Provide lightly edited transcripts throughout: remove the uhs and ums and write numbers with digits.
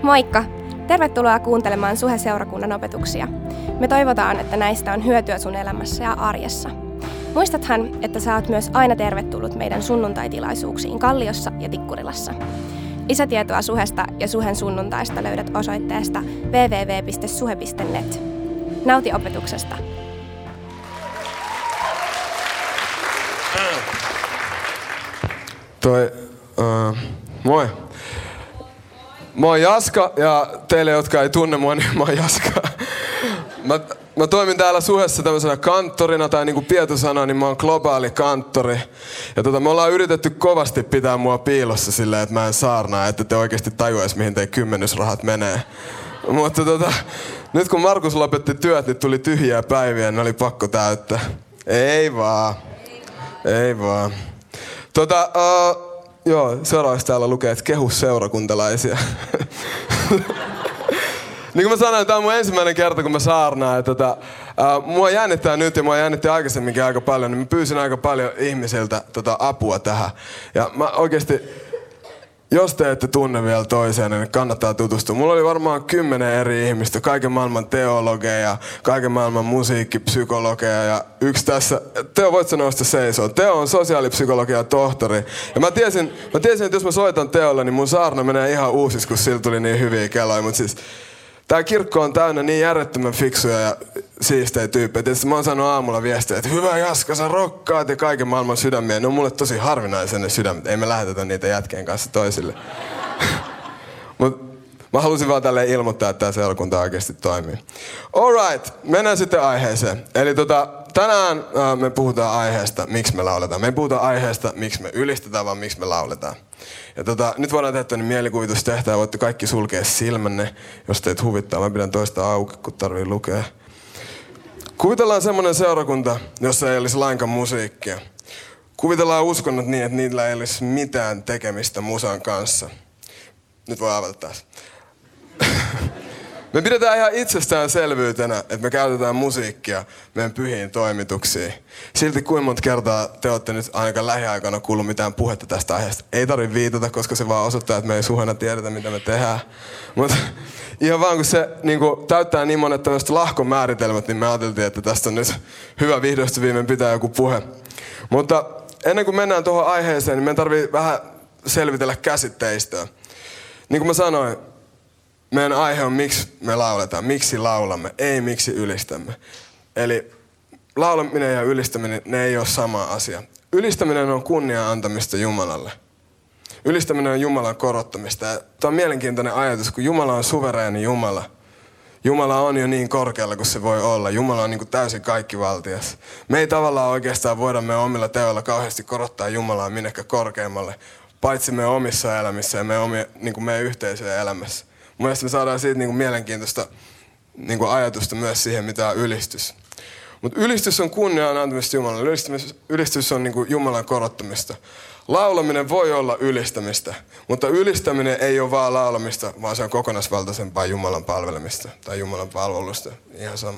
Moikka! Tervetuloa kuuntelemaan Suhe-seurakunnan opetuksia. Me toivotaan, että näistä on hyötyä sun elämässä ja arjessa. Muistathan, että sä oot myös aina tervetullut meidän sunnuntaitilaisuuksiin Kalliossa ja Tikkurilassa. Lisätietoa Suhesta ja Suhen sunnuntaista löydät osoitteesta www.suhe.net. Nauti opetuksesta! Moi! Mä oon Jaska ja teille, jotka ei tunne mua, niin mä oon Jaska. Mä toimin täällä Suhessa tämmöisenä kanttorina, tai niin kuin Pietu sanoi, niin mä oon globaali kanttori. Ja me ollaan yritetty kovasti pitää mua piilossa silleen, että mä en saarnaa, että te oikeasti tajuais, mihin teidän kymmenysrahat menee. Mutta nyt kun Markus lopetti työt, niin tuli tyhjiä päiviä, niin oli pakko täyttää. Ei vaan. Joo, seuraavaksi täällä lukee, että kehu seurakuntalaisia. Niin kuin mä sanoin, tämä on mun ensimmäinen kerta, kun mä saarnaan. Että mua jännittää nyt ja mua jännitti aikaisemminkin aika paljon. Niin mä pyysin aika paljon ihmisiltä apua tähän. Ja mä oikeasti, jos te ette tunne vielä toiseen, niin kannattaa tutustua. Mulla oli varmaan 10 eri ihmistä, kaiken maailman teologeja, kaiken maailman musiikkipsykologeja. Ja yksi tässä, Teo, voit sä nousta seisoon? Teo on sosiaalipsykologia tohtori. Ja mä tiesin, että jos mä soitan Teolle, niin mun saarna menee ihan uusiksi, kun sillä tuli niin hyviä keloja. Mutta siis, tää kirkko on täynnä niin järjettömän fiksuja ja siistejä tyyppejä. Tietysti mä oon saanut aamulla viestejä, että hyvä Jaska, sä rokkaat ja kaiken maailman sydämiä. Ne on mulle tosi harvinaisia ne sydämet. Ei me lähetetä niitä jätkien kanssa toisille. Mut mä halusin vaan tälleen ilmoittaa, että tää seurakunta oikeasti toimii. Alright, mennään sitten aiheeseen. Eli tänään me puhutaan aiheesta, miksi me lauletaan. Me ei puhuta aiheesta, miksi me ylistetään, vaan miksi me lauletaan. Ja nyt voidaan tehdä tämmöinen mielikuvitustehtävä. Voitte kaikki sulkea silmänne, jos teitä huvittaa. Mä pidän toista auki, kun tarvii lukea. Kuvitellaan semmoinen seurakunta, jossa ei olisi lainkaan musiikkia. Kuvitellaan uskonnot niin, että niillä ei olisi mitään tekemistä musan kanssa. Nyt voi avata taas. Me pidetään ihan itsestäänselvyytenä, että me käytetään musiikkia meidän pyhiin toimituksiin. Silti kuinka monta kertaa te olette nyt ainakaan lähiaikana kuullut mitään puhetta tästä aiheesta. Ei tarvitse viitata, koska se vaan osoittaa, että me ei Suhena tiedetä, mitä me tehdään. Mutta ihan vaan kun se täyttää niin monet tämmöiset lahkomääritelmät, niin me ajateltiin, että tästä on nyt hyvä vihdoista viimein pitää joku puhe. Mutta ennen kuin mennään tuohon aiheeseen, niin meidän tarvii vähän selvitellä käsitteistöä. Niin kuin mä sanoin, meidän aihe on, miksi me lauletaan, miksi laulamme, ei miksi ylistämme. Eli laulaminen ja ylistäminen, ne ei ole sama asia. Ylistäminen on kunnian antamista Jumalalle. Ylistäminen on Jumalan korottamista. Tämä on mielenkiintoinen ajatus, kun Jumala on suvereeni Jumala. Jumala on jo niin korkealla kuin se voi olla. Jumala on niin kuin täysin kaikkivaltias. Me ei tavallaan oikeastaan voida meidän omilla teoilla kauheasti korottaa Jumalaa minnekään korkeammalle, paitsi meidän omissa elämissä ja meidän yhteisöjen elämässä. Mun mielestä me saadaan siitä mielenkiintoista ajatusta myös siihen, mitä on ylistys. Mutta ylistys on kunnian antamista Jumalalle. Ylistys on Jumalan korottamista. Laulaminen voi olla ylistämistä, mutta ylistäminen ei ole vaan laulamista, vaan se on kokonaisvaltaisempaa Jumalan palvelemista tai Jumalan palvelusta. Ihan sama.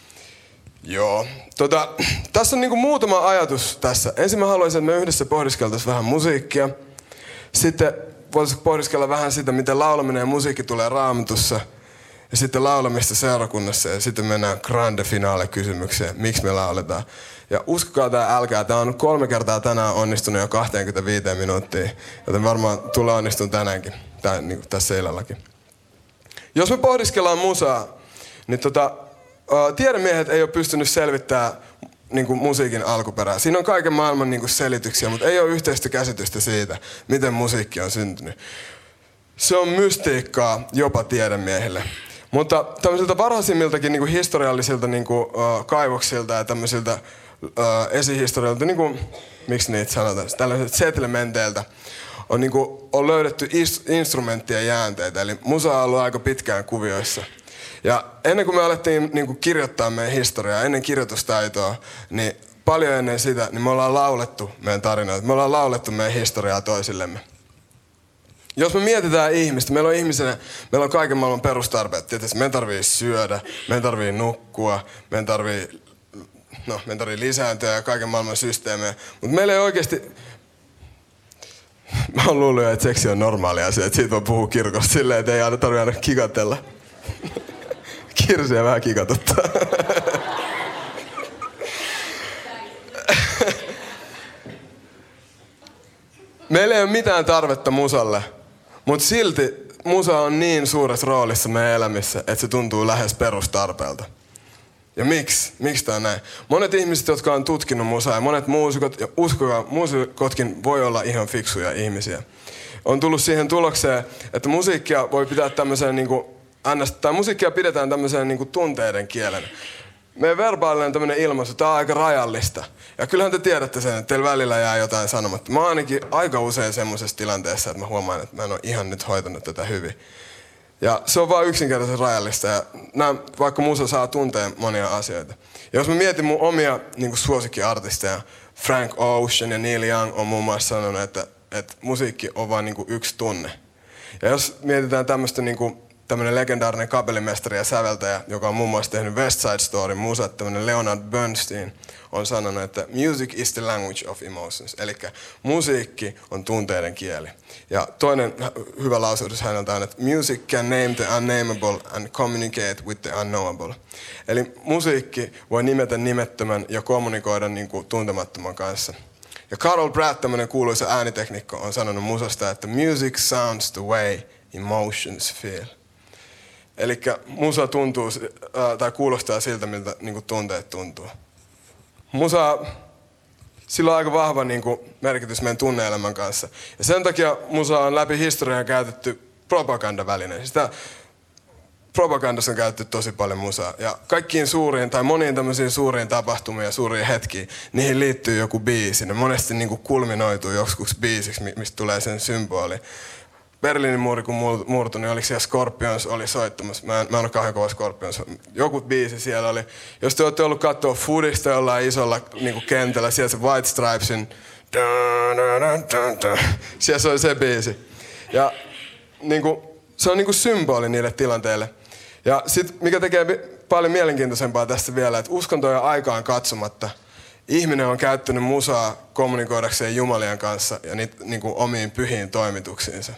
Joo. Tässä on muutama ajatus tässä. Ensin mä haluaisin, että me yhdessä pohdiskeltaisiin vähän musiikkia. Sitten voitaisiin pohdiskella vähän sitä, miten laulaminen ja musiikki tulee Raamatussa. Ja sitten laulamista seurakunnassa. Ja sitten mennään grande finale kysymykseen, miksi me lauletaan. Ja uskokaa tai älkää, tämä on 3 kertaa tänään onnistunut jo 25 minuuttia. Joten varmaan tulee onnistumaan tänäänkin, tai tässä illallakin. Jos me pohdiskellaan musaa, niin tiedemiehet ei ole pystynyt selvittämään musiikin alkuperää. Siinä on kaiken maailman selityksiä, mutta ei ole yhteistä käsitystä siitä, miten musiikki on syntynyt. Se on mystiikkaa jopa tiedemiehille. Mutta tämmöisiltä varhaisimmiltakin historiallisilta kaivoksilta ja tämmöisiltä esihistorialta, miksi niitä sanotaan, tällaisilta settlementeiltä on löydetty instrumenttien jäänteitä. Eli musa on ollut aika pitkään kuvioissa. Ja ennen kuin me alettiin kirjoittaa meidän historiaa, ennen kirjoitustaitoa, niin paljon ennen sitä, niin me ollaan laulettu meidän tarinoita. Me ollaan laulettu meidän historiaa toisillemme. Jos me mietitään ihmistä, meillä on kaiken maailman perustarpeet. Tietysti meidän tarvii syödä, meidän tarvii nukkua, meidän tarvii lisääntyä ja kaiken maailman systeemejä. Mutta meillä ei oikeasti, Mä oon luullut, että seksi on normaali asia, että siitä voi puhua kirkossa silleen, että ei aina tarvitse aina kikatella. Kirsiä vähän kikatuttaa. Meillä ei ole mitään tarvetta musalle, mutta silti musa on niin suuressa roolissa meidän elämissä, että se tuntuu lähes perustarpeelta. Ja miksi? Miksi tää on näin? Monet ihmiset, jotka on tutkinut musaa ja monet muusikot, ja uskokaa, muusikotkin voi olla ihan fiksuja ihmisiä, on tullut siihen tulokseen, että musiikkia voi pitää tämmöiseen musiikkia pidetään tämmöiseen tunteiden kielen. Meidän verbaalinen tämmöinen ilmaisu, tää on aika rajallista. Ja kyllähän te tiedätte sen, että teillä välillä jää jotain sanomatta. Mä oon ainakin aika usein semmoisessa tilanteessa, että mä huomaan, että mä en ole ihan nyt hoitanut tätä hyvin. Ja se on vaan yksinkertaisesti rajallista. Ja vaikka musa saa tuntea monia asioita. Ja jos mä mietin mun omia suosikkiartisteja, Frank Ocean ja Neil Young on muun muassa sanonut, että musiikki on vain yksi tunne. Ja jos mietitään tämmöistä tämmöinen legendaarinen kapellimestari ja säveltäjä, joka on muun muassa tehnyt West Side Storyn musat, tämmöinen Leonard Bernstein, on sanonut, että music is the language of emotions. Eli musiikki on tunteiden kieli. Ja toinen hyvä lausuhdus häneltä on, että music can name the unnameable and communicate with the unknowable. Eli musiikki voi nimetä nimettömän ja kommunikoida tuntemattoman kanssa. Ja Carl Pratt, tämmöinen kuuluisa ääniteknikko, on sanonut musasta, että music sounds the way emotions feel. Eli musa tuntuu, tai kuulostaa siltä, miltä tunteet tuntuu. Musa, sillä on aika vahva merkitys meidän tunne-elämän kanssa. Ja sen takia musa on läpi historian käytetty propagandaväline. Sitä propagandassa on käytetty tosi paljon musaa. Ja kaikkiin suuriin tai moniin tämmöisiin suuriin tapahtumiin ja suuriin hetkiin, niihin liittyy joku biisi. Ne monesti kulminoituu joksikin biisiksi, mistä tulee sen symboli. Berliinin muuri kun murtui, niin oliko siellä Scorpions oli soittamassa. Mä en ole kauhean kova Scorpions. Joku biisi siellä oli. Jos te olette ollut katsoa Foodista jollain isolla kentällä, siellä se White Stripesin siellä se oli se biisi. Ja se on symboli niille tilanteille. Ja sit mikä tekee paljon mielenkiintoisempaa tästä vielä, että uskontojen aikaan katsomatta ihminen on käyttänyt musaa kommunikoidakseen Jumalien kanssa ja omiin pyhiin toimituksiinsa.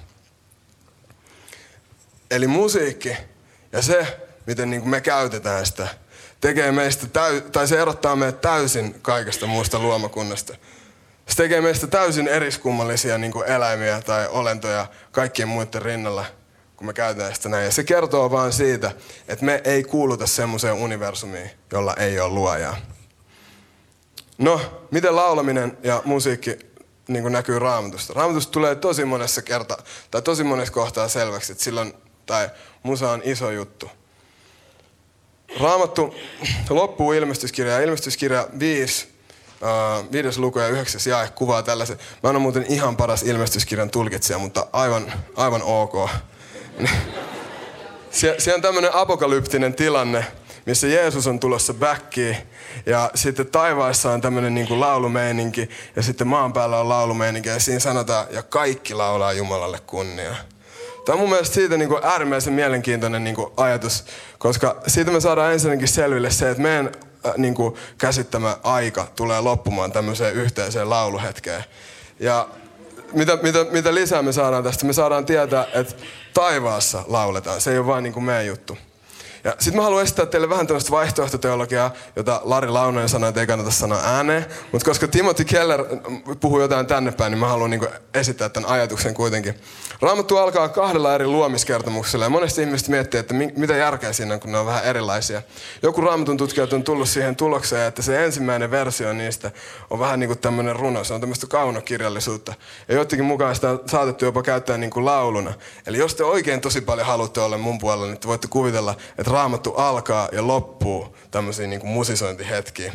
Eli musiikki ja se, miten me käytetään sitä, tekee meistä tai se erottaa meidät täysin kaikesta muusta luomakunnasta. Se tekee meistä täysin eriskummallisia eläimiä tai olentoja kaikkien muiden rinnalla, kun me käytetään sitä näin. Ja se kertoo vaan siitä, että me ei kuuluta semmoiseen universumiin, jolla ei ole luojaa. No, miten laulaminen ja musiikki näkyy Raamatusta? Raamatusta tulee tosi monessa kohtaa selväksi, että musa on iso juttu. Raamattu loppuu ilmestyskirja 5 luku ja 9 jae kuvaa tällaisen. Mä en ole muuten ihan paras ilmestyskirjan tulkitsija, mutta aivan ok. Siellä on tämmöinen apokalyptinen tilanne, missä Jeesus on tulossa backiin ja sitten taivaassa on tämmöinen laulumeininki ja sitten maan päällä on laulumeininki ja siinä sanotaan, ja kaikki laulaa Jumalalle kunniaa. Tämä on mun mielestä siitä äärimmäisen mielenkiintoinen ajatus, koska siitä me saadaan ensinnäkin selville se, että meidän käsittämä aika tulee loppumaan tämmöiseen yhteiseen lauluhetkeen. Ja mitä lisää me saadaan tästä? Me saadaan tietää, että taivaassa lauletaan. Se ei ole vain meidän juttu. Ja sitten mä haluan esittää teille vähän tämmöistä vaihtoehtoteologiaa, jota Lari Launonen sanoi, että ei kannata sanoa ääneen. Mutta koska Timothy Keller puhuu jotain tänne päin, niin mä haluan esittää tämän ajatuksen kuitenkin. Raamattu alkaa 2 eri luomiskertomuksella ja monesti ihmiset miettii, että mitä järkeä siinä on, kun ne on vähän erilaisia. Joku Raamatun tutkijat on tullut siihen tulokseen, että se ensimmäinen versio niistä on vähän tämmöinen runo. Se on tämmöistä kaunokirjallisuutta. Ja joidenkin mukaan sitä on saatettu jopa käyttää lauluna. Eli jos te oikein tosi paljon haluatte olla mun puolella, niin te voitte kuvitella, että Raamattu alkaa ja loppuu tämmöisiin musisointihetkiin.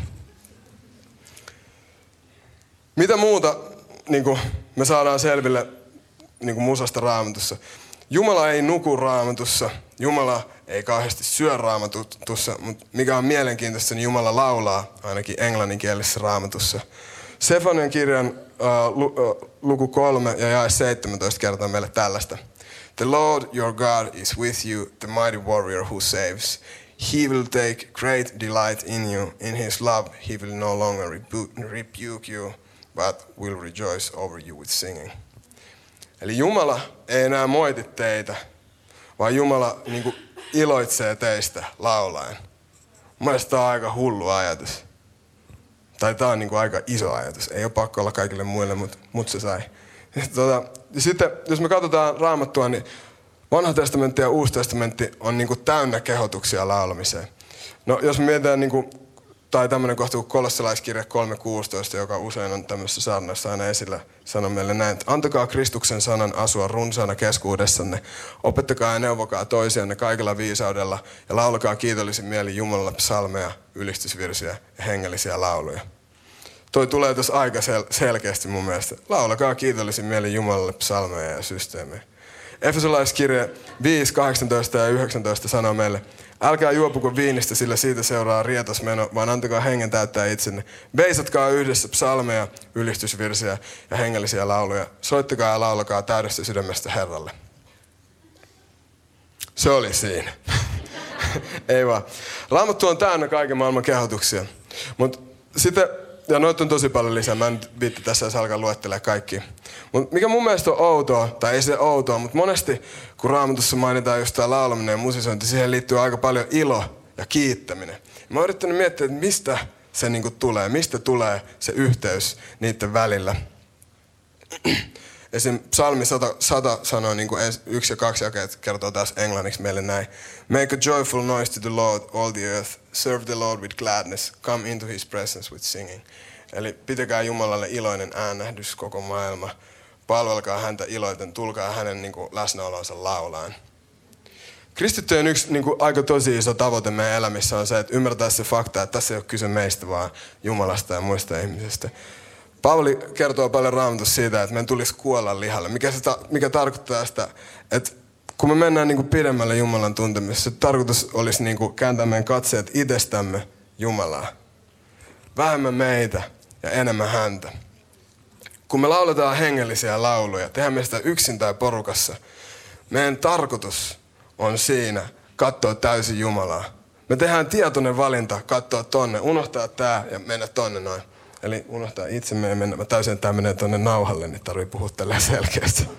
Mitä muuta me saadaan selville musasta Raamatussa? Jumala ei nuku Raamatussa. Jumala ei kauheasti syö Raamatussa, mutta mikä on mielenkiintoista, niin Jumala laulaa ainakin englanninkielisessä Raamatussa. Sefanian kirjan luku 3 ja jae 17 kertaa meille tällaista. The Lord your God is with you, the mighty warrior who saves. He will take great delight in you. In his love he will no longer rebuke you, but will rejoice over you with singing. Eli Jumala ei enää moiti teitä, vaan Jumala niin kuin iloitsee teistä laulaen. Mielestäni tämä on aika hullu ajatus. Tai tämä on niin kuin aika iso ajatus. Ei ole pakko olla kaikille muille, mutta se sai. Sitten jos me katsotaan Raamattua, niin Vanha testamentti ja Uusi testamentti on niin kuin täynnä kehotuksia laulamiseen. No jos me mietitään, niin kuin, tai tämmöinen kohta kuin Kolossalaiskirja 3.16, joka usein on tämmöisessä saarnassa aina esillä, sanoo meille näin, että antakaa Kristuksen sanan asua runsaana keskuudessanne, opettakaa ja neuvokaa toisianne kaikella viisaudella ja laulakaa kiitollisin mieli Jumalalle psalmeja, ylistysvirsiä ja hengellisiä lauluja. Toi tulee tuossa aika selkeästi mun mielestä. Laulakaa kiitollisin mieli Jumalalle psalmeja ja systeemejä. Efesolaiskirja 5, 18 ja 19 sanoo meille, älkää juopuko viinistä, sillä siitä seuraa rietos meno, vaan antakaa hengen täyttää itsenne. Veisatkaa yhdessä psalmeja, ylistysvirsiä ja hengellisiä lauluja. Soittakaa ja laulakaa täydestä sydämestä Herralle. Se oli siinä. Ei vaan. Raamattu on täynnä kaiken maailman kehotuksia. Mut sitten, ja noita on tosi paljon lisää, mä en nyt viitti tässä jos alkaa luettelemaan kaikki. Mutta mikä mun mielestä on outoa, tai ei se outoa, mutta monesti kun Raamatussa mainitaan just tää laulaminen ja musisointi, siihen liittyy aika paljon ilo ja kiittäminen. Mä oon yrittänyt miettiä, että mistä se niinku tulee, mistä tulee se yhteys niiden välillä. Esim. Psalmi 100 sanoo, niin kuin 1 ja 2 jakeet kertoo taas englanniksi meille näin. Make a joyful noise to the Lord, all the earth. Serve the Lord with gladness. Come into his presence with singing. Eli pitäkää Jumalalle iloinen äänähdys koko maailma. Palvelkaa häntä iloiten, tulkaa hänen niin kuin läsnäolonsa laulaen. Kristittyjen yksi niin kuin aika tosi iso tavoite meidän elämissä on se, että ymmärtää se fakta, että tässä ei ole kyse meistä, vaan Jumalasta ja muista ihmisistä. Paavali kertoo paljon Raamatussa siitä, että meidän tulisi kuolla lihalle, mikä tarkoittaa sitä, että kun me mennään niin kuin pidemmälle Jumalan tuntemisessa, se tarkoitus olisi niin kuin kääntää meidän katseet itsestämme Jumalaa. Vähemmän meitä ja enemmän häntä. Kun me lauletaan hengellisiä lauluja, tehdään me sitä yksin tai porukassa, meidän tarkoitus on siinä katsoa täysin Jumalaa. Me tehdään tietoinen valinta katsoa tonne, unohtaa tää ja mennä tonne noin. Eli unohtaa itsemme ja mennä. Mä täysin, että tää menee tonne nauhalle, niin tarvii puhua tälleen selkeästi.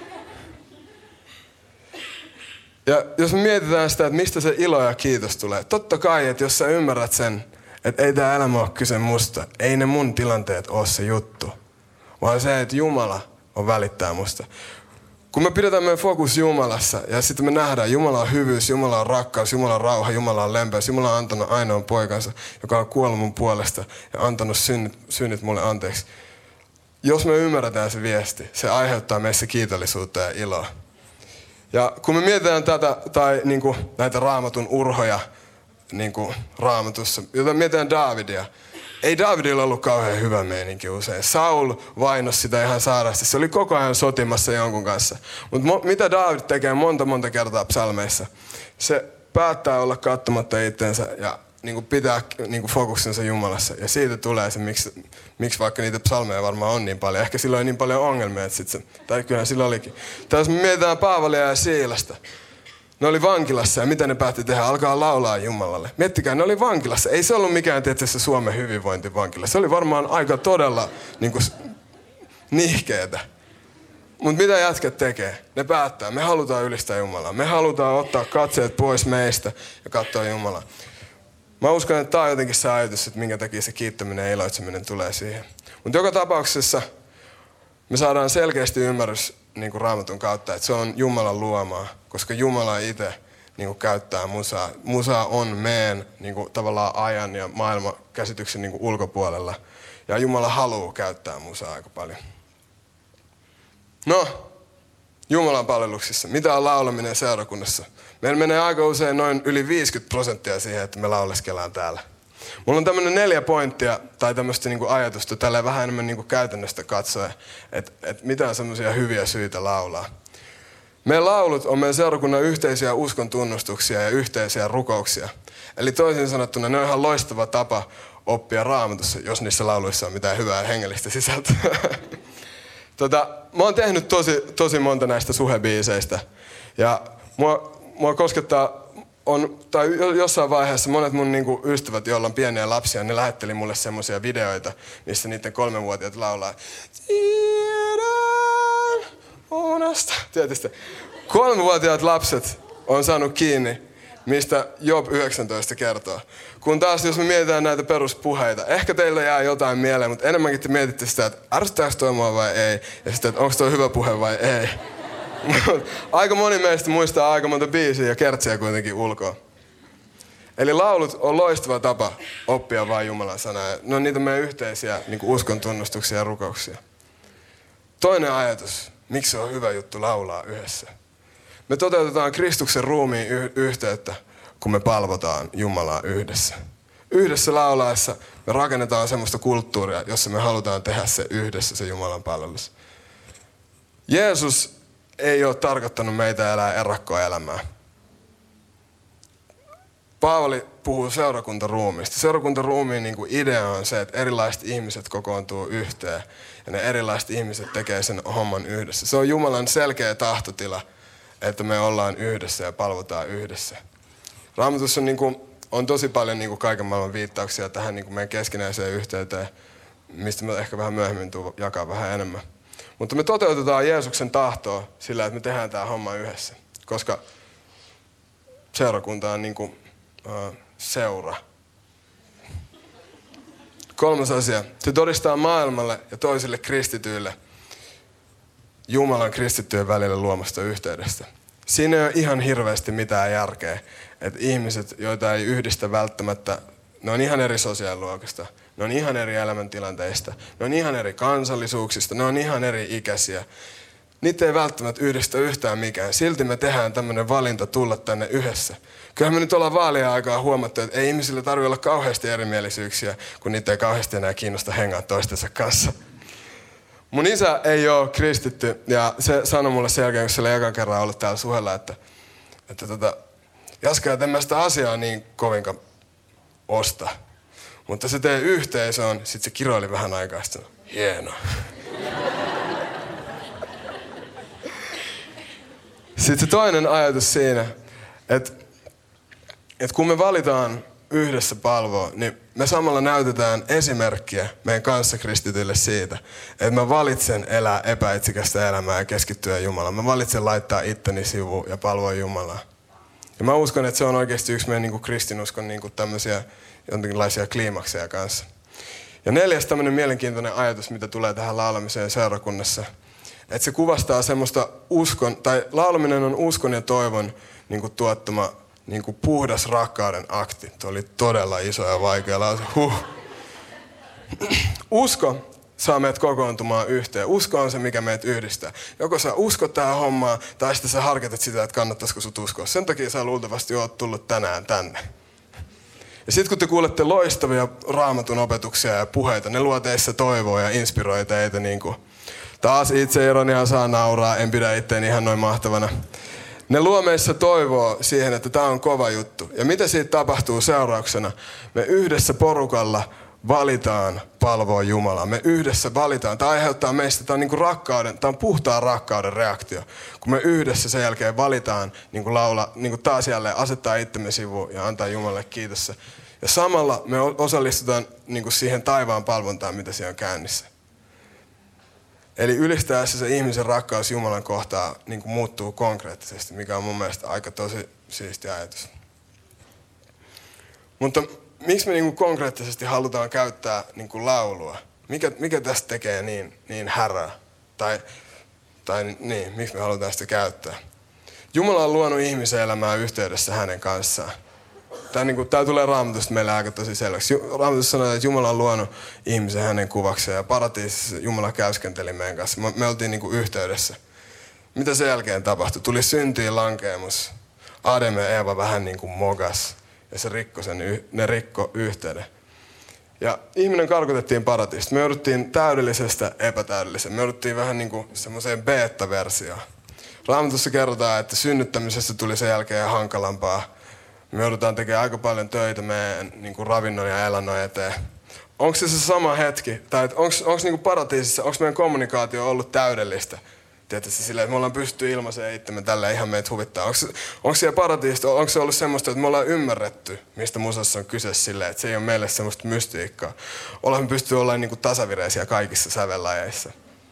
Ja jos me mietitään sitä, että mistä se ilo ja kiitos tulee. Totta kai, että jos sä ymmärrät sen, että ei tää elämä ole kyse musta. Ei ne mun tilanteet ole se juttu. Vaan se, että Jumala on välittää musta. Kun me pidetään meidän fokus Jumalassa ja sitten me nähdään Jumala on hyvyys, Jumala on rakkaus, Jumala on rauha, Jumala on lempeys. Jumala on antanut ainoan poikansa, joka on kuollut mun puolesta ja antanut synnit mulle anteeksi. Jos me ymmärretään se viesti, se aiheuttaa meissä kiitollisuutta ja iloa. Ja kun me mietitään tätä tai niin kuin näitä Raamatun urhoja niin kuin Raamatussa, jota mietitään Daavidia. Ei Daavidilla ollut kauhean hyvä meininki usein. Saul vainosi sitä ihan sairaasti. Se oli koko ajan sotimassa jonkun kanssa. Mutta mitä Daavid tekee monta kertaa psalmeissa? Se päättää olla katsomatta itseensä ja niin kuin pitää niin kuin fokuksensa Jumalassa. Ja siitä tulee se, miksi vaikka niitä psalmeja varmaan on niin paljon. Ehkä sillä oli niin paljon ongelmia, että tai kyllähän sillä olikin. Tai jos me mietitään Paavalia ja Siilasta. Ne oli vankilassa ja mitä ne päätti tehdä? Alkaa laulaa Jumalalle. Miettikää, ne oli vankilassa. Ei se ollut mikään tietysti Suomen hyvinvointivankila. Se oli varmaan aika todella niin kuin, nihkeetä. Mutta mitä jätkät tekee? Ne päättää. Me halutaan ylistää Jumalaa. Me halutaan ottaa katseet pois meistä ja katsoa Jumalaa. Mä uskon, että tää on jotenkin se ajatus, että minkä takia se kiittäminen ja iloitseminen tulee siihen. Mutta joka tapauksessa me saadaan selkeästi ymmärrys niin kuin Raamatun kautta, että se on Jumalan luomaa, koska Jumala itse niin kuin käyttää musaa. Musa on meidän niin kuin, tavallaan ajan ja maailmankäsityksen niin kuin ulkopuolella. Ja Jumala haluaa käyttää musaa aika paljon. No, Jumalan palveluksissa. Mitä on laulaminen seurakunnassa? Meillä menee aika usein noin yli 50% siihen, että me lauleskellaan täällä. Mulla on tämmönen 4 pointtia tai tämmöistä niinku ajatusta tälleen vähän enemmän niinku käytännöstä katsoen, että mitä on semmoisia hyviä syitä laulaa. Meidän laulut on meidän seurakunnan yhteisiä uskon tunnustuksia ja yhteisiä rukouksia. Eli toisin sanottuna ne on ihan loistava tapa oppia Raamatussa, jos niissä lauluissa on mitään hyvää ja hengellistä sisältöä. Mä oon tehnyt tosi monta näistä suhebiiseistä ja mua koskettaa tai jossain vaiheessa monet mun niinku ystävät, joilla on pieniä lapsia, ne lähetteli mulle semmosia videoita, missä niiden 3-vuotiaat laulaa. Tiedän unasta. Tietysti 3-vuotiaat lapset on saanut kiinni, mistä Job 19 kertoo. Kun taas, jos me mietitään näitä peruspuheita, ehkä teillä jää jotain mieleen, mutta enemmänkin te mietitte sitä, että ärsyttääkö toi mua vai ei, ja sitten, että onko toi hyvä puhe vai ei. Aika moni meistä muistaa aika monta biisiä ja kertsiä kuitenkin ulkoa. Eli laulut on loistava tapa oppia vain Jumalan sanaa. Ne on niitä meidän yhteisiä niin kuin uskon tunnustuksia ja rukouksia. Toinen ajatus, miksi se on hyvä juttu laulaa yhdessä. Me toteutetaan Kristuksen ruumiin yhteyttä, kun me palvotaan Jumalaa yhdessä. Yhdessä laulaessa me rakennetaan semmoista kulttuuria, jossa me halutaan tehdä se yhdessä, se Jumalan palvelus. Jeesus ei ole tarkoittanut meitä elää erakkoelämää. Paavali puhuu seurakuntaruumiista. Seurakuntaruumiin niin kuin idea on se, että erilaiset ihmiset kokoontuu yhteen ja ne erilaiset ihmiset tekee sen homman yhdessä. Se on Jumalan selkeä tahtotila, että me ollaan yhdessä ja palvotaan yhdessä. Raamatussa on tosi paljon kaiken maailman viittauksia tähän meidän keskinäiseen yhteyteen, mistä me ehkä vähän myöhemmin jakaa vähän enemmän. Mutta me toteutetaan Jeesuksen tahtoa sillä, että me tehdään tämä homma yhdessä, koska seurakunta on seura. 3. asia. Se todistaa maailmalle ja toisille kristityille Jumalan kristittyjen välillä luomasta yhteydestä. Siinä ei ole ihan hirveästi mitään järkeä, että ihmiset, joita ei yhdistä välttämättä, ne on ihan eri sosiaaliluokasta, ne on ihan eri elämäntilanteista, ne on ihan eri kansallisuuksista, ne on ihan eri ikäisiä. Niitä ei välttämättä yhdistä yhtään mikään. Silti me tehdään tämmöinen valinta tulla tänne yhdessä. Kyllähän me nyt ollaan vaalien aikaa huomattu, että ei ihmisillä tarvitse olla kauheasti erimielisyyksiä, kun niitä ei kauheasti enää kiinnosta hengaa toistensa kanssa. Mun isä ei ole kristitty ja se sanoi mulle sen jälkeen, kun se oli ekan kerran ollut täällä Suhella, että Jaska, että en mä sitä asiaa niin kovinkaan osta. Mutta se teidän yhteisö on, sit se kiroili vähän aikaa, sitten hienoa. Sitten se toinen ajatus siinä, että kun me valitaan yhdessä palvoa, niin me samalla näytetään esimerkkiä meidän kanssakristityille siitä, että mä valitsen elää epäitsikästä elämää ja keskittyä Jumalaan. Mä valitsen laittaa itteni sivuun ja palvoa Jumalaa. Ja mä uskon, että se on oikeasti yksi meidän kristinuskon tämmöisiä jonkinlaisia kliimakseja kanssa. Ja 4. tämmöinen mielenkiintoinen ajatus, mitä tulee tähän laulamiseen seurakunnassa, että se kuvastaa semmoista laulaminen on uskon ja toivon tuottama puhdas rakkauden akti. Tuo oli todella iso ja vaikea lause. Usko saa meidät kokoontumaan yhteen. Usko on se, mikä meidät yhdistää. Joko sä uskot tähän hommaan, tai sitten sä harkitat sitä, että kannattaisiko sut uskoa. Sen takia sä luultavasti oot tullut tänään tänne. Ja sitten kun te kuulette loistavia raamatun opetuksia ja puheita, ne luo teissä toivoa ja inspiroi teitä taas itseironiaa saa nauraa, en pidä itteeni ihan noin mahtavana. Ne luo meissä toivoa siihen, että tämä on kova juttu. Ja mitä siitä tapahtuu seurauksena? Me yhdessä porukalla valitaan palvoa Jumalaa. Me yhdessä valitaan. Tämä aiheuttaa meistä, tämä on rakkauden, tämä on puhtaan rakkauden reaktio. Kun me yhdessä sen jälkeen valitaan taas jälleen asettaa itsemme sivuun ja antaa Jumalalle kiitos. Ja samalla me osallistutaan siihen taivaan palvontaan, mitä siellä on käynnissä. Eli ylistäessä se ihmisen rakkaus Jumalan kohtaan muuttuu konkreettisesti, mikä on mun mielestä aika tosi siisti ajatus. Mutta miksi me konkreettisesti halutaan käyttää laulua? Mikä tästä tekee niin härää? Tai miksi me halutaan sitä käyttää? Jumala on luonut ihmisen elämää yhteydessä hänen kanssaan. Tämä tulee Raamatusta meille aika tosi selväksi. Raamatussa sanotaan, että Jumala on luonut ihmisen hänen kuvakseen ja paratiisissa Jumala käyskenteli meidän kanssa. Me oltiin yhteydessä. Mitä sen jälkeen tapahtui? Tuli syntiin lankeemus. Adem ja Eeva vähän mogas ja ne rikko yhteyden. Ja ihminen karkotettiin paratiisista. Me jouduttiin täydellisestä epätäydelliseen. Me jouduttiin vähän semmoiseen beta-versioon. Raamatussa kerrotaan, että synnyttämisestä tuli sen jälkeen hankalampaa. Me joudutaan tekemään aika paljon töitä meidän ravinnon ja elannon eteen. Onko se sama hetki? Tai onko paratiisissa, onko meidän kommunikaatio ollut täydellistä? Tietysti silleen, että me ollaan pystytty ilmaiseen itsemme tällä ihan meitä huvittaa. Onko siellä paratiisista, onko se ollut semmoista, että me ollaan ymmärretty, mistä musassa on kyse silleen, että se ei ole meille semmoista mystiikkaa. Ollaan me pystytty olemaan tasavireisiä kaikissa sävellajeissa.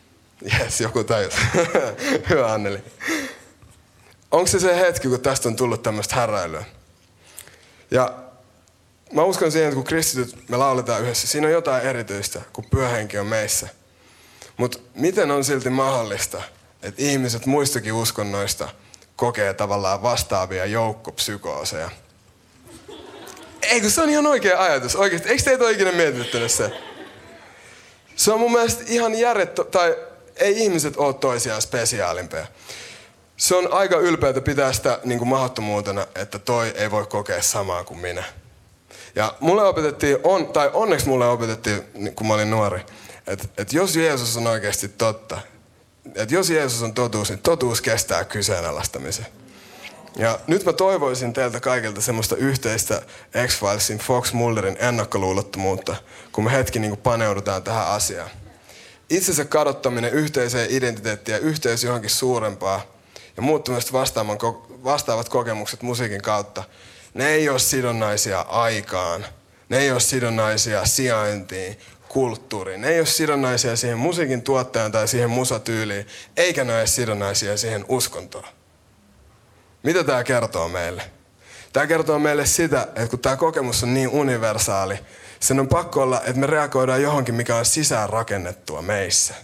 Jes, joku tajus. Hyvä Anneli. Onko se hetki, kun tästä on tullut tämmöistä häräilyä? Ja mä uskon siihen, että kun kristityt me lauletaan yhdessä, siinä on jotain erityistä, kun Pyhä Henki on meissä. Mutta miten on silti mahdollista, että ihmiset muistakin uskonnoista kokee tavallaan vastaavia joukkopsykooseja? Eikö se on ihan oikea ajatus? Oikeasti, eikö teitä ole ikinä mietityttänyt se? Se on mun mielestä ihan tai ei ihmiset ole toisiaan spesiaalimpia. Se on aika ylpeätä pitää sitä niin kuin mahdottomuutena, että toi ei voi kokea samaa kuin minä. Ja mulle opetettiin, onneksi mulle opetettiin, kun mä olin nuori, että jos Jeesus on oikeasti totta, että jos Jeesus on totuus, niin totuus kestää kyseenalaistamisen. Ja nyt mä toivoisin teiltä kaikilta semmoista yhteistä X-Filesin Fox Mulderin ennakkoluulottomuutta, kun me hetki niin kuin paneudutaan tähän asiaan. Itsensä kadottaminen yhteiseen identiteettiin ja yhteys johonkin suurempaa ja muut tämmöiset vastaavat kokemukset musiikin kautta, ne ei ole sidonnaisia aikaan, ne ei ole sidonnaisia sijaintiin, kulttuuriin, ne ei ole sidonnaisia siihen musiikin tuottajan tai siihen musatyyliin, eikä ne ole sidonnaisia siihen uskontoon. Mitä tämä kertoo meille? Tämä kertoo meille sitä, että kun tämä kokemus on niin universaali, sen on pakko olla, että me reagoidaan johonkin, mikä on sisään rakennettua meissä.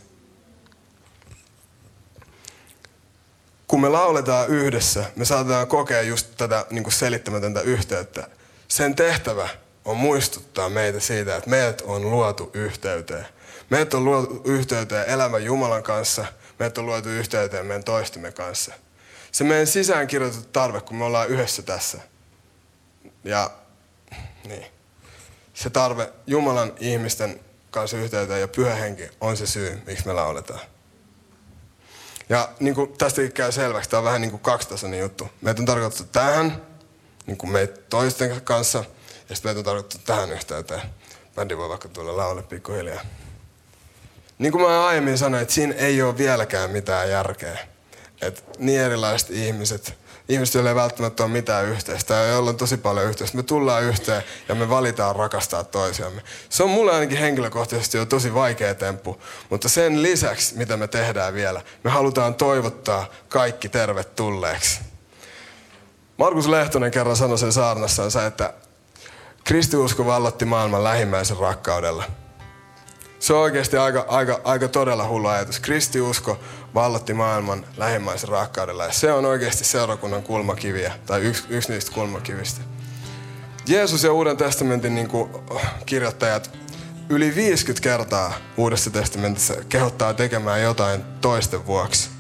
Kun me lauletaan yhdessä, me saatetaan kokea just tätä niin kuin selittämätöntä yhteyttä. Sen tehtävä on muistuttaa meitä siitä, että meidät on luotu yhteyteen. Meidät on luotu yhteyteen elämän Jumalan kanssa, meidät on luotu yhteyteen meidän toistemme kanssa. Se meidän sisäänkirjoitettu tarve, kun me ollaan yhdessä tässä. Ja niin. Se tarve Jumalan ihmisten kanssa yhteyteen ja Pyhä Henki on se syy, miksi me lauletaan. Ja niin kuin tästäkin käy selväksi, tämä on vähän niin kuin kaksitasoinen juttu. Meitä on tarkoitettu tähän, niin kuin meitä toisten kanssa, ja sitten meitä on tarkoitettu tähän yhteyteen. Bändi voi vaikka tulla laule pikkuhiljaa. Niin kuin mä aiemmin sanoin, että siinä ei ole vieläkään mitään järkeä. Että niin erilaiset ihmiset, joilla ei välttämättä ole mitään yhteistä ja joilla on tosi paljon yhteistä. Me tullaan yhteen ja me valitaan rakastaa toisiamme. Se on mulle ainakin henkilökohtaisesti jo tosi vaikea temppu, mutta sen lisäksi, mitä me tehdään vielä, me halutaan toivottaa kaikki tervetulleeksi. Markus Lehtonen kerran sanoi sen saarnassansa, että kristiusko vallotti maailman lähimmäisen rakkaudella. Se on oikeasti aika todella hullu ajatus. Kristiusko vallotti maailman lähimmäisen rakkaudella. Ja se on oikeasti seurakunnan kulmakiviä, tai yksi niistä kulmakivistä. Jeesus ja Uuden testamentin niin kuin kirjoittajat yli 50 kertaa Uudessa testamentissa kehottaa tekemään jotain toisten vuoksi.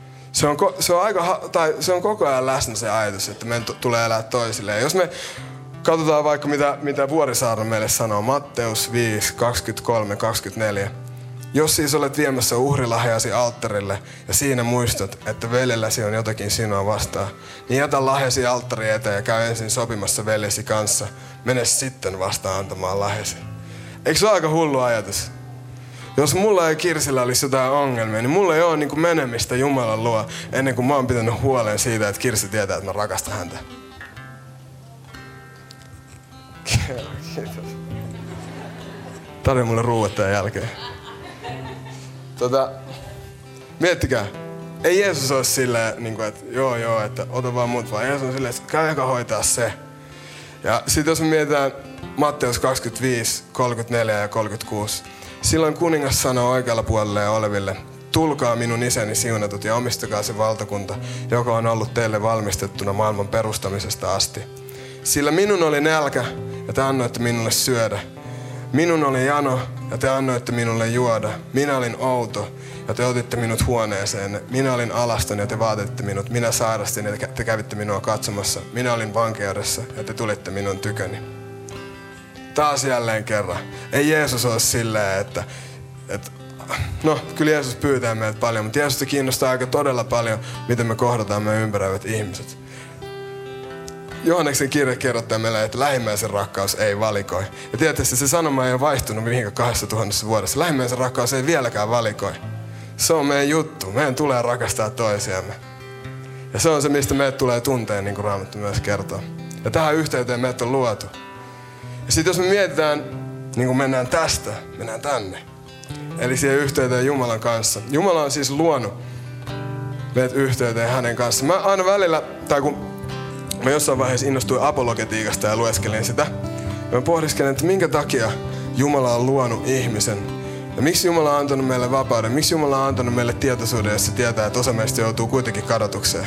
Se on koko ajan läsnä se ajatus, että meidän tulee elää toisilleen. Jos me katsotaan vaikka mitä Vuorisaari meille sanoo, Matteus 5, 23, 24. Jos siis olet viemässä uhrilahjasi alttarille ja siinä muistat, että veljelläsi on jotakin sinua vastaan, niin jätä lahjasi alttari eteen ja käy ensin sopimassa veljesi kanssa. Mene sitten vastaan antamaan lahjasi. Eikö se ole aika hullu ajatus? Jos mulla ei Kirsillä olisi jotain ongelmia, niin mulla ei ole niin kuin menemistä Jumalan luo ennen kuin mä oon pitänyt huolen siitä, että Kirsi tietää, että mä rakastan häntä. Kiitos. Tarjoa mulle ruuat tämän jälkeen. Miettikää. Ei Jeesus ole silleen, niin kuin, että joo, että ota vaan mut, vaan Jeesus on silleen, että käy eka hoitaa se. Ja sitten jos me mietitään Matteus 25, 34 ja 36. Silloin kuningas sanoo oikealla puolella oleville, tulkaa minun isäni siunatut ja omistakaa se valtakunta, joka on ollut teille valmistettuna maailman perustamisesta asti. Sillä minun oli nälkä ja te annoitte minulle syödä. Minun oli jano ja te annoitte minulle juoda. Minä olin outo ja te otitte minut huoneeseen. Minä olin alaston ja te vaatetitte minut. Minä sairastin ja te kävitte minua katsomassa. Minä olin vankeudessa ja te tulitte minun tyköni. Taas jälleen kerran. Ei Jeesus ole silleen, että no, kyllä Jeesus pyytää meiltä paljon, mutta Jeesusta kiinnostaa aika todella paljon, miten me kohdataan meidän ympäröivät ihmiset. Johanneksen kirja kerrottaa meille, että lähimmäisen rakkaus ei valikoi. Ja tietysti se sanoma ei ole vaihtunut mihinkään 2000 vuodessa. Lähimmäisen rakkaus ei vieläkään valikoi. Se on meidän juttu. Meidän tulee rakastaa toisiamme. Ja se on se, mistä meidät tulee tunteen, niin kuin Raamattu myös kertoo. Ja tähän yhteyteen meidät on luotu. Ja sitten jos me mietitään, niin kuin mennään tästä, mennään tänne. Eli siihen yhteyteen Jumalan kanssa. Jumala on siis luonut meidät yhteyteen hänen kanssaan. Mä aina välillä, tai kun mä jossain vaiheessa innostuin apologetiikasta ja lueskelin sitä, mä pohdiskelen, että minkä takia Jumala on luonut ihmisen. Ja miksi Jumala on antanut meille vapauden? Miksi Jumala on antanut meille tietoisuuden, jossa tietää, että osa meistä joutuu kuitenkin kadotukseen?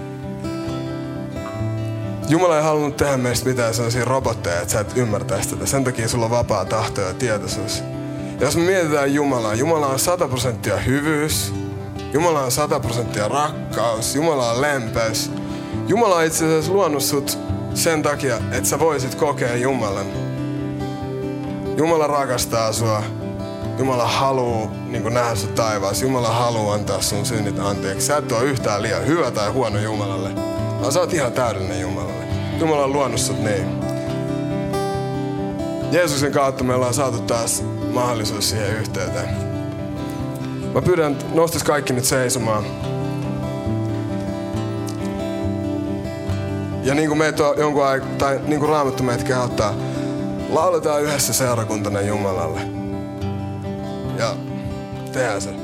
Jumala ei halunnut tehdä meistä mitään sellaisia robotteja, että sä et ymmärtäisi tätä. Sen takia sulla on vapaa tahto ja tietoisuus. Ja jos me mietitään Jumalaa, Jumala on 100% hyvyys. Jumala on 100% rakkaus. Jumala on lempeys. Jumala on itse asiassa luonut sut sen takia, että sä voisit kokea Jumalan. Jumala rakastaa sua. Jumala haluaa nähdä sut taivaassa. Jumala haluaa antaa sun synnit anteeksi. Sä et ole yhtään liian hyvä tai huono Jumalalle. Vaan sä oot ihan täydellinen Jumalalle. Jumala on luonut sut niin. Jeesuksen kautta me ollaan saatu taas mahdollisuus siihen yhteyteen. Mä pyydän, että noustais kaikki nyt seisomaan. Ja niin kuin meitä on jonkun aikaa, tai niin kuin Raamattu meitä kehottaa, lauletaan yhdessä seurakuntana Jumalalle. Ja tehdään se.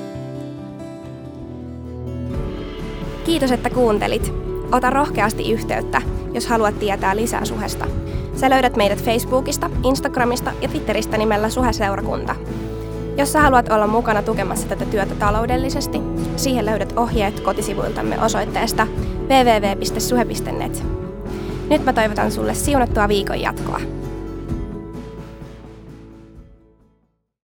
Kiitos, että kuuntelit. Ota rohkeasti yhteyttä, jos haluat tietää lisää Suhesta. Sä löydät meidät Facebookista, Instagramista ja Twitteristä nimellä Suhe-seurakunta. Jos sä haluat olla mukana tukemassa tätä työtä taloudellisesti, siihen löydät ohjeet kotisivuiltamme osoitteesta www.suhe.net. Nyt mä toivotan sulle siunattua viikon jatkoa.